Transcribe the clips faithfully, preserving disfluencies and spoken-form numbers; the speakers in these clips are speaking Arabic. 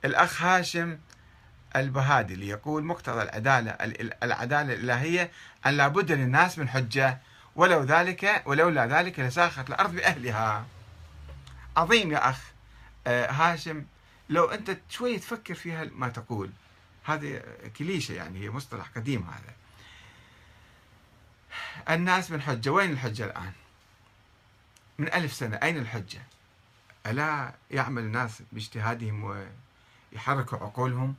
الأخ هاشم البهادلي يقول مقتضى العدالة العدالة الإلهية أن لابد للناس من حجة، ولو ذلك ولولا ذلك لساخت الأرض بأهلها. عظيم يا أخ هاشم، لو أنت شوي تفكر فيها ما تقول. هذه كليشة، يعني هي مصطلح قديم هذا. الناس من حجة، وين الحجة الآن؟ من ألف سنة أين الحجة؟ ألا يعمل الناس باجتهادهم ويحركوا عقولهم؟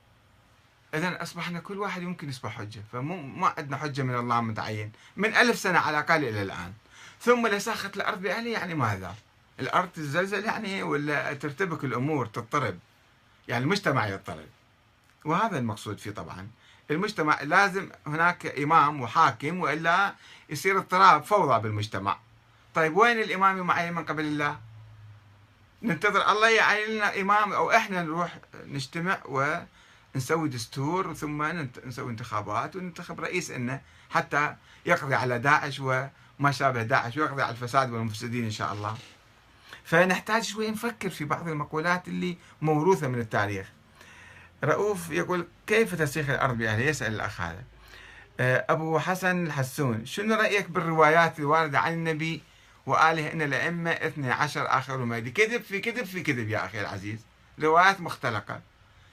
إذن أصبحنا كل واحد يمكن يصبح حجة، فمو ما عندنا حجة من الله متعين من ألف سنة على الأقل إلى الآن. ثم لساخت الأرض بأهلها، يعني ماذا؟ الأرض تزلزل يعني، ولا ترتبك الأمور تضطرب؟ يعني المجتمع يضطرب، وهذا المقصود فيه طبعا. المجتمع لازم هناك إمام وحاكم، وإلا يصير اضطراب فوضى بالمجتمع. طيب وين الإمام المعين من قبل الله؟ ننتظر الله يعين لنا إمام، أو إحنا نروح نجتمع ونسوي دستور، ثم نسوي انتخابات وننتخب رئيس إنه حتى يقضي على داعش وما شابه داعش، ويقضي على الفساد والمفسدين إن شاء الله. فنحتاج شوي نفكر في بعض المقولات اللي موروثة من التاريخ. رؤوف يقول كيف تسيخ الأرض بأهلها؟ يسأل الأخ هذا. أبو حسن الحسون، شنو رأيك بالروايات الواردة عن النبي وآله أن الأئمة اثني عشر آخر المهدي؟ كذب في كذب في كذب يا أخي العزيز، روايات مختلقة.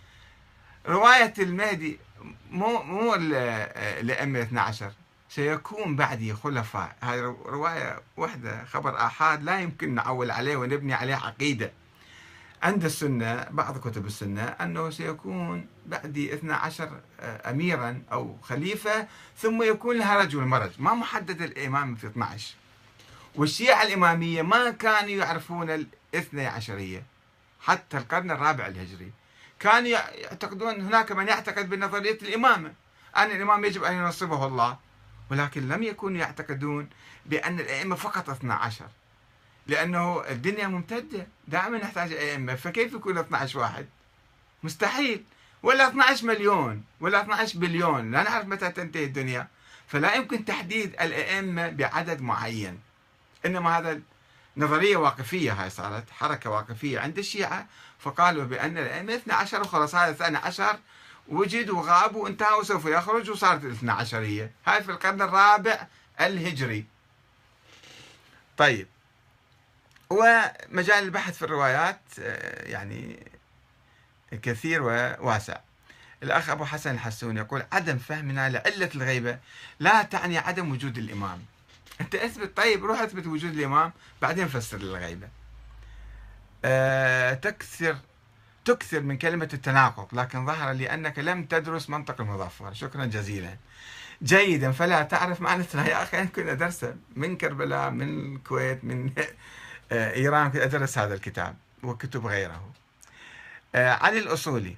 رواية المهدي مو مو الأئمة اثني عشر، سيكون بعدي خلفاء. هاي رواية واحدة، خبر آحاد لا يمكن نعول عليه ونبني عليه عقيدة. عند السنة، بعض كتب السنة، أنه سيكون بعدي اثني عشر أميرا أو خليفة، ثم يكون لها رجل مرج، ما محدد الإمام في اثني عشر. والشيعة الإمامية ما كانوا يعرفون الاثني عشرية حتى القرن الرابع الهجري. كانوا يعتقدون، هناك من يعتقد بنظرية الإمامة، أن الإمام يجب أن ينصبه الله، ولكن لم يكونوا يعتقدون بأن الأئمة فقط اثني عشر، لأنه الدنيا ممتدة، دائما نحتاج أئمة، فكيف يكون اثني عشر واحد؟ مستحيل. ولا اثني عشر مليون ولا اثني عشر بليون، لا نعرف متى تنتهي الدنيا، فلا يمكن تحديد الأئمة بعدد معين. إنما هذا نظرية واقفية، هاي صارت حركة واقفية عند الشيعة، فقالوا بأن الأئمة اثني عشر وخلاص. هذا اثني عشر وجد وغاب وانتهى وسوف يخرج، وصارت الاثنى عشرية. هاي في القرن الرابع الهجري. طيب، ومجال البحث في الروايات يعني كثير وواسع. الأخ أبو حسن الحسون يقول عدم فهمنا لعلة الغيبة لا تعني عدم وجود الإمام. أنت أثبت، طيب روح أثبت وجود الإمام بعدين فسر الغيبة. أه تكثر تكثر من كلمة التناقض، لكن ظهر لي أنك لم تدرس منطق المظفر. شكرا جزيلا. جيدا، فلا تعرف معناتها يا أخي. أنا كنت أدرسه من كربلاء، من الكويت، من إيران، كنت أدرس هذا الكتاب وكتب غيره. آه علي الأصولي،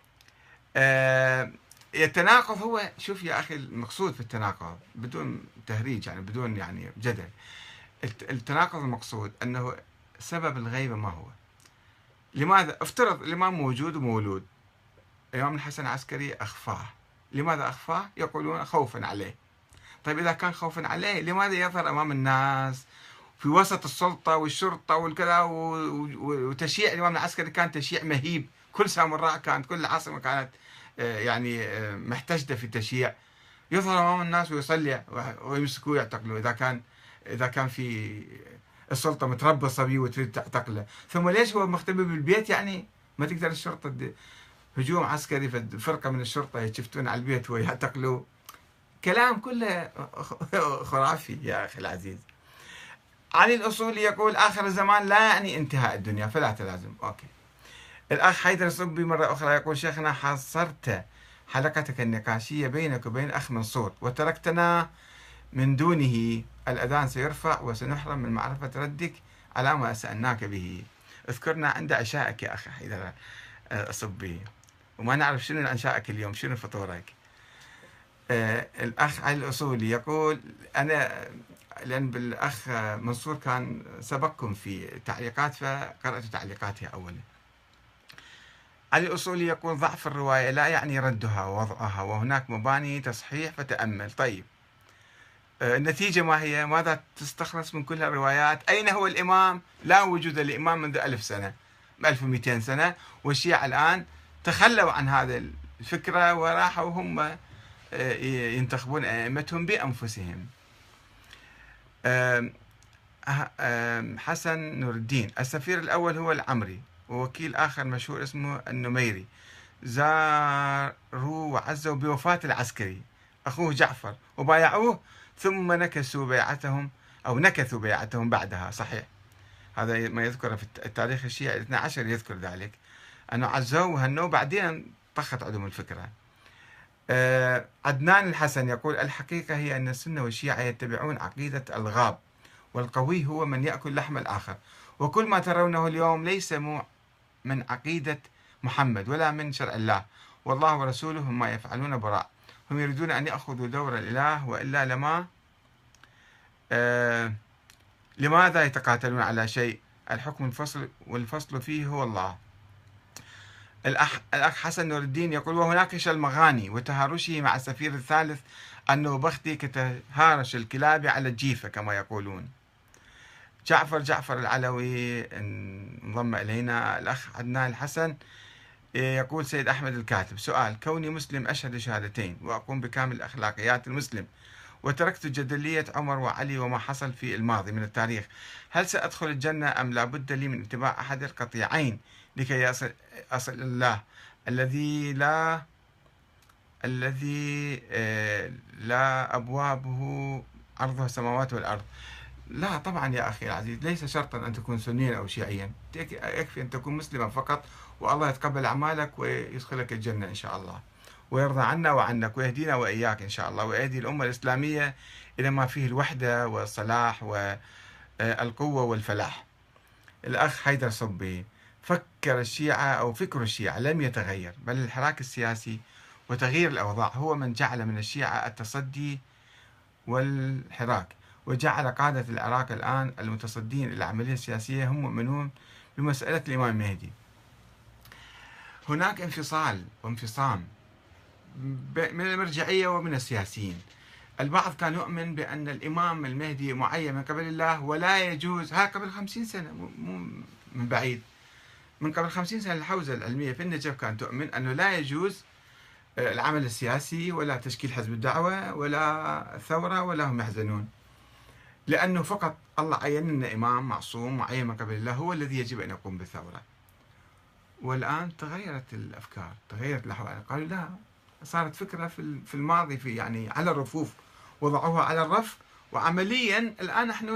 آه التناقض هو، شوف يا أخي، المقصود في التناقض بدون تهريج، يعني بدون يعني جدل. التناقض المقصود أنه سبب الغيبة ما هو؟ لماذا افترض الإمام موجود ومولود، الإمام الحسن العسكري أخفاه. لماذا أخفاه؟ يقولون خوفا عليه. طيب إذا كان خوفا عليه، لماذا يظهر أمام الناس في وسط السلطة والشرطة والكذا؟ وتشييع الإمام العسكري كان تشييع مهيب، كل سامراء كانت، كل العاصمة كانت يعني محتشدة في التشييع. يظهر أمام الناس ويصلي ويمسكوه يعتقلوه إذا كان إذا كان في السلطة متربصة به وتريد تعتقله. ثم ليش هو مختبئ بالبيت؟ يعني ما تقدر الشرطة هجوم عسكري، فرقة من الشرطة يشفتون على البيت ويعتقلوه. كلام كله خرافي يا أخي العزيز. علي الأصولي يقول آخر الزمان لا يعني انتهاء الدنيا، فلا تلازم. أوكي. الأخ حيدر الصبي مرة أخرى يقول شيخنا حصرت حلقتك النقاشية بينك وبين أخ منصور وتركتنا من دونه. الأذان سيرفع وسنحرم من معرفة ردك على ما سألناك به. اذكرنا عند عشائك يا أخي حيدر الصبي، وما نعرف شنو عشائك اليوم، شنو فطورك. آه الأخ علي الأصولي يقول أنا، لأن بالأخ منصور كان سبقكم في تعليقات فقرأت تعليقاتها أولا. علي الأصولي يقول ضعف الرواية لا يعني ردها ووضعها، وهناك مباني تصحيح فتأمل. طيب، النتيجة ما هي؟ ماذا تستخلص من كل الروايات؟ أين هو الإمام؟ لا وجود الإمام منذ ألف سنة. ألف ومئتين سنة، والشيعة الآن تخلوا عن هذا الفكرة وراحوا هم ينتخبون أئمتهم بأنفسهم. حسن نور الدين: السفير الأول هو العمري، ووكيل آخر مشهور اسمه النميري زاروا وعزوا بوفاة العسكري أخوه جعفر وبايعوه، ثم نكسوا بيعتهم أو نكثوا بيعتهم بعدها. صحيح، هذا ما يذكر في التاريخ الشيعي الاثنى عشر يذكر ذلك، أنه عزوا وهنوا بعدين طخت عندهم الفكرة. أه عدنان الحسن يقول: الحقيقة هي أن السنة والشيعة يتبعون عقيدة الغاب، والقوي هو من يأكل لحم الآخر، وكل ما ترونه اليوم ليس من عقيدة محمد ولا من شرع الله، والله ورسوله مما يفعلون براء، هم يريدون أن يأخذوا دور الإله، وإلا لما آه لماذا يتقاتلون على شيء؟ الحكم الفصل والفصل فيه هو الله. الأخ, الأخ حسن نور الدين يقول: وهناك المغاني وتهارشه مع السفير الثالث أنه بختي كتهارش الكلاب على الجيفة كما يقولون. جعفر جعفر العلوي انضم إلينا. الأخ عدنان الحسن يقول: سيد أحمد الكاتب، سؤال: كوني مسلم أشهد شهادتين وأقوم بكامل أخلاقيات المسلم، وتركت جدلية عمر وعلي وما حصل في الماضي من التاريخ، هل سأدخل الجنة أم لا بد لي من اتباع أحد القطيعين لكي أصل, أصل الله الذي لا الذي لا أبوابه عرضها السماوات والأرض؟ لا طبعا يا أخي العزيز، ليس شرطا أن تكون سنيا أو شيعيا، يكفي أن تكون مسلما فقط، والله يتقبل أعمالك ويدخلك الجنة إن شاء الله، ويرضى عنا وعنك ويهدينا وإياك إن شاء الله، ويهدي الأمة الإسلامية إلى ما فيه الوحدة والصلاح والقوة والفلاح. الأخ حيدر صبي: فكر الشيعة أو فكر الشيعة لم يتغير، بل الحراك السياسي وتغيير الأوضاع هو من جعل من الشيعة التصدي والحراك، وجعل قادة العراق الآن المتصدين للعملية السياسية هم مؤمنون بمسألة الإمام المهدي. هناك انفصال وانفصام من المرجعية ومن السياسيين. البعض كان يؤمن بأن الإمام المهدي معين من قبل الله ولا يجوز، ها قبل خمسين سنة، مو من بعيد، من قبل خمسين سنة الحوزة العلمية في النجف كانت تؤمن أنه لا يجوز العمل السياسي ولا تشكيل حزب الدعوة ولا ثورة ولا هم يحزنون، لأنه فقط الله عين لنا إمام معصوم معين من قبل الله هو الذي يجب أن يقوم بالثورة. والآن تغيرت الأفكار، تغيرت الأحوال، قالوا لا، صارت فكرة في الماضي في يعني على الرفوف، وضعوها على الرف، وعمليا الآن نحن